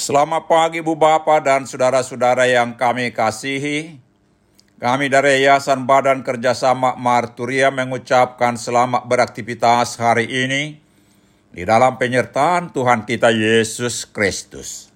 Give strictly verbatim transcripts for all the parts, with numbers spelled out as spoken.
Selamat pagi Bu Bapak dan saudara-saudara yang kami kasihi. Kami dari Yayasan Badan Kerjasama Marturia mengucapkan selamat beraktivitas hari ini di dalam penyertaan Tuhan kita Yesus Kristus.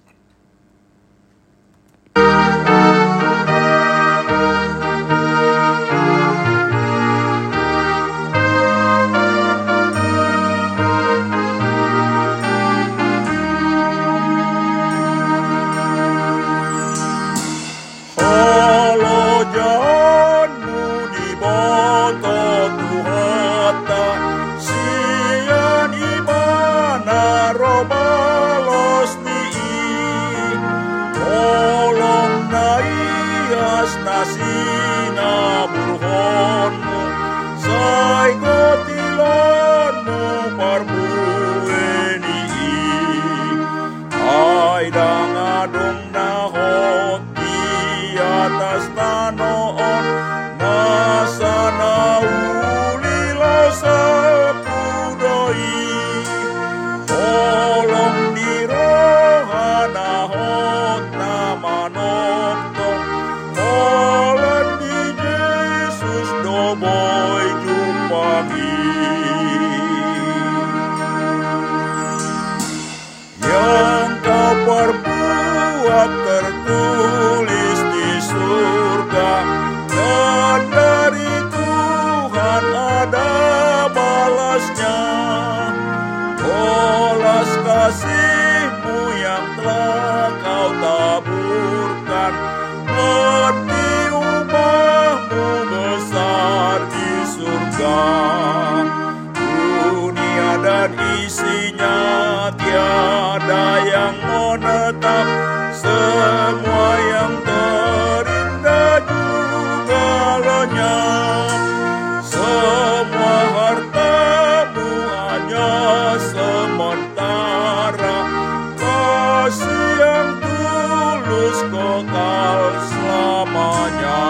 Tertulis di surga, dan dari Tuhan ada balasnya. Balas kasih-Mu yang telah Kau taburkan, berarti upah-Mu besar di surga. Dunia dan isinya tiada yang menetap, semua yang terindah juga lenyap. Semua harta-Mu hanya sementara, kasih yang tulus kekal selamanya.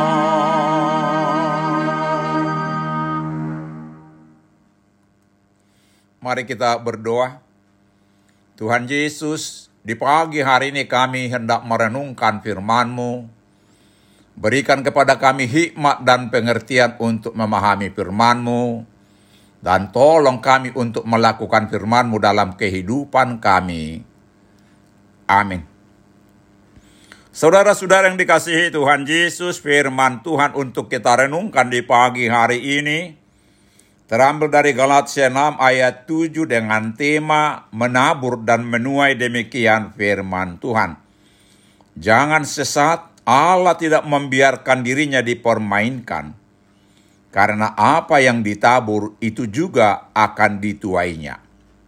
Mari kita berdoa. Tuhan Yesus, di pagi hari ini kami hendak merenungkan firman-Mu. Berikan kepada kami hikmat dan pengertian untuk memahami firman-Mu. Dan tolong kami untuk melakukan firman-Mu dalam kehidupan kami. Amin. Saudara-saudara yang dikasihi Tuhan Yesus, firman Tuhan untuk kita renungkan di pagi hari ini terambil dari Galatia enam ayat tujuh dengan tema menabur dan menuai, demikian firman Tuhan. Jangan sesat, Allah tidak membiarkan dirinya dipermainkan. Karena apa yang ditabur itu juga akan dituainya.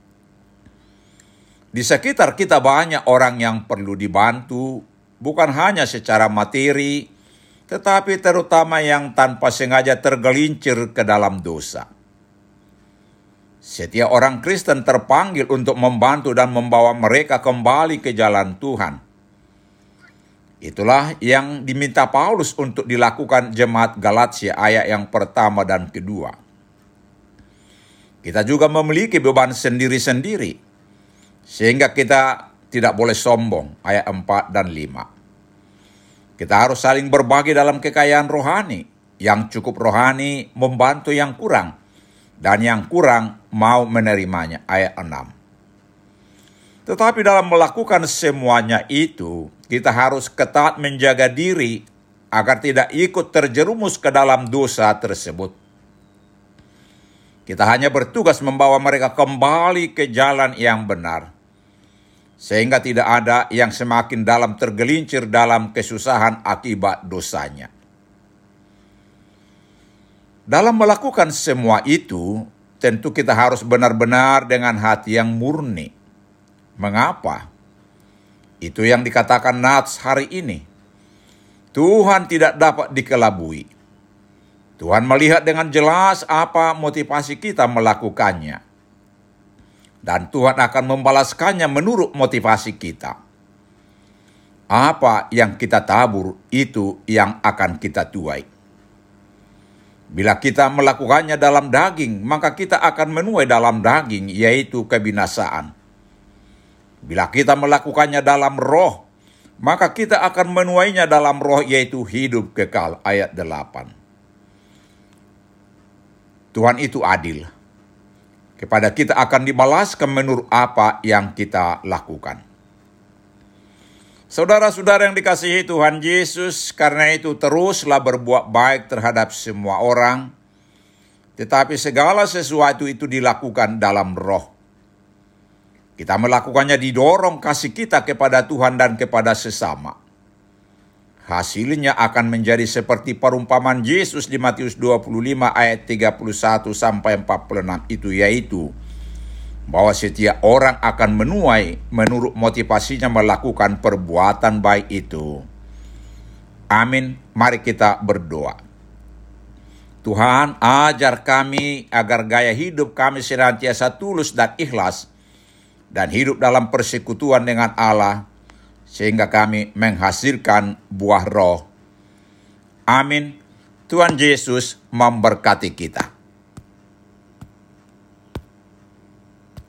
Di sekitar kita banyak orang yang perlu dibantu, bukan hanya secara materi, tetapi terutama yang tanpa sengaja tergelincir ke dalam dosa. Setiap orang Kristen terpanggil untuk membantu dan membawa mereka kembali ke jalan Tuhan. Itulah yang diminta Paulus untuk dilakukan jemaat Galatia ayat yang pertama dan kedua. Kita juga memiliki beban sendiri-sendiri, sehingga kita tidak boleh sombong, ayat empat dan lima. Kita harus saling berbagi dalam kekayaan rohani. Yang cukup rohani membantu yang kurang, dan yang kurang mau menerimanya, ayat enam. Tetapi dalam melakukan semuanya itu, kita harus ketat menjaga diri agar tidak ikut terjerumus ke dalam dosa tersebut. Kita hanya bertugas membawa mereka kembali ke jalan yang benar, sehingga tidak ada yang semakin dalam tergelincir dalam kesusahan akibat dosanya. Dalam melakukan semua itu, tentu kita harus benar-benar dengan hati yang murni. Mengapa? Itu yang dikatakan Nats hari ini. Tuhan tidak dapat dikelabui. Tuhan melihat dengan jelas apa motivasi kita melakukannya. Dan Tuhan akan membalaskannya menurut motivasi kita. Apa yang kita tabur, itu yang akan kita tuai. Bila kita melakukannya dalam daging, maka kita akan menuai dalam daging, yaitu kebinasaan. Bila kita melakukannya dalam roh, maka kita akan menuainya dalam roh, yaitu hidup kekal. Ayat delapan. Tuhan itu adil. Kepada kita akan dibalaskan menurut apa yang kita lakukan. Saudara-saudara yang dikasihi Tuhan Yesus, karena itu teruslah berbuat baik terhadap semua orang, tetapi segala sesuatu itu dilakukan dalam roh. Kita melakukannya didorong kasih kita kepada Tuhan dan kepada sesama. Hasilnya akan menjadi seperti perumpamaan Yesus di Matius dua puluh lima ayat tiga puluh satu sampai empat puluh enam itu, yaitu bahwa setiap orang akan menuai menurut motivasinya melakukan perbuatan baik itu. Amin. Mari kita berdoa. Tuhan, ajar kami agar gaya hidup kami senantiasa tulus dan ikhlas, dan hidup dalam persekutuan dengan Allah, sehingga kami menghasilkan buah roh. Amin. Tuhan Yesus memberkati kita.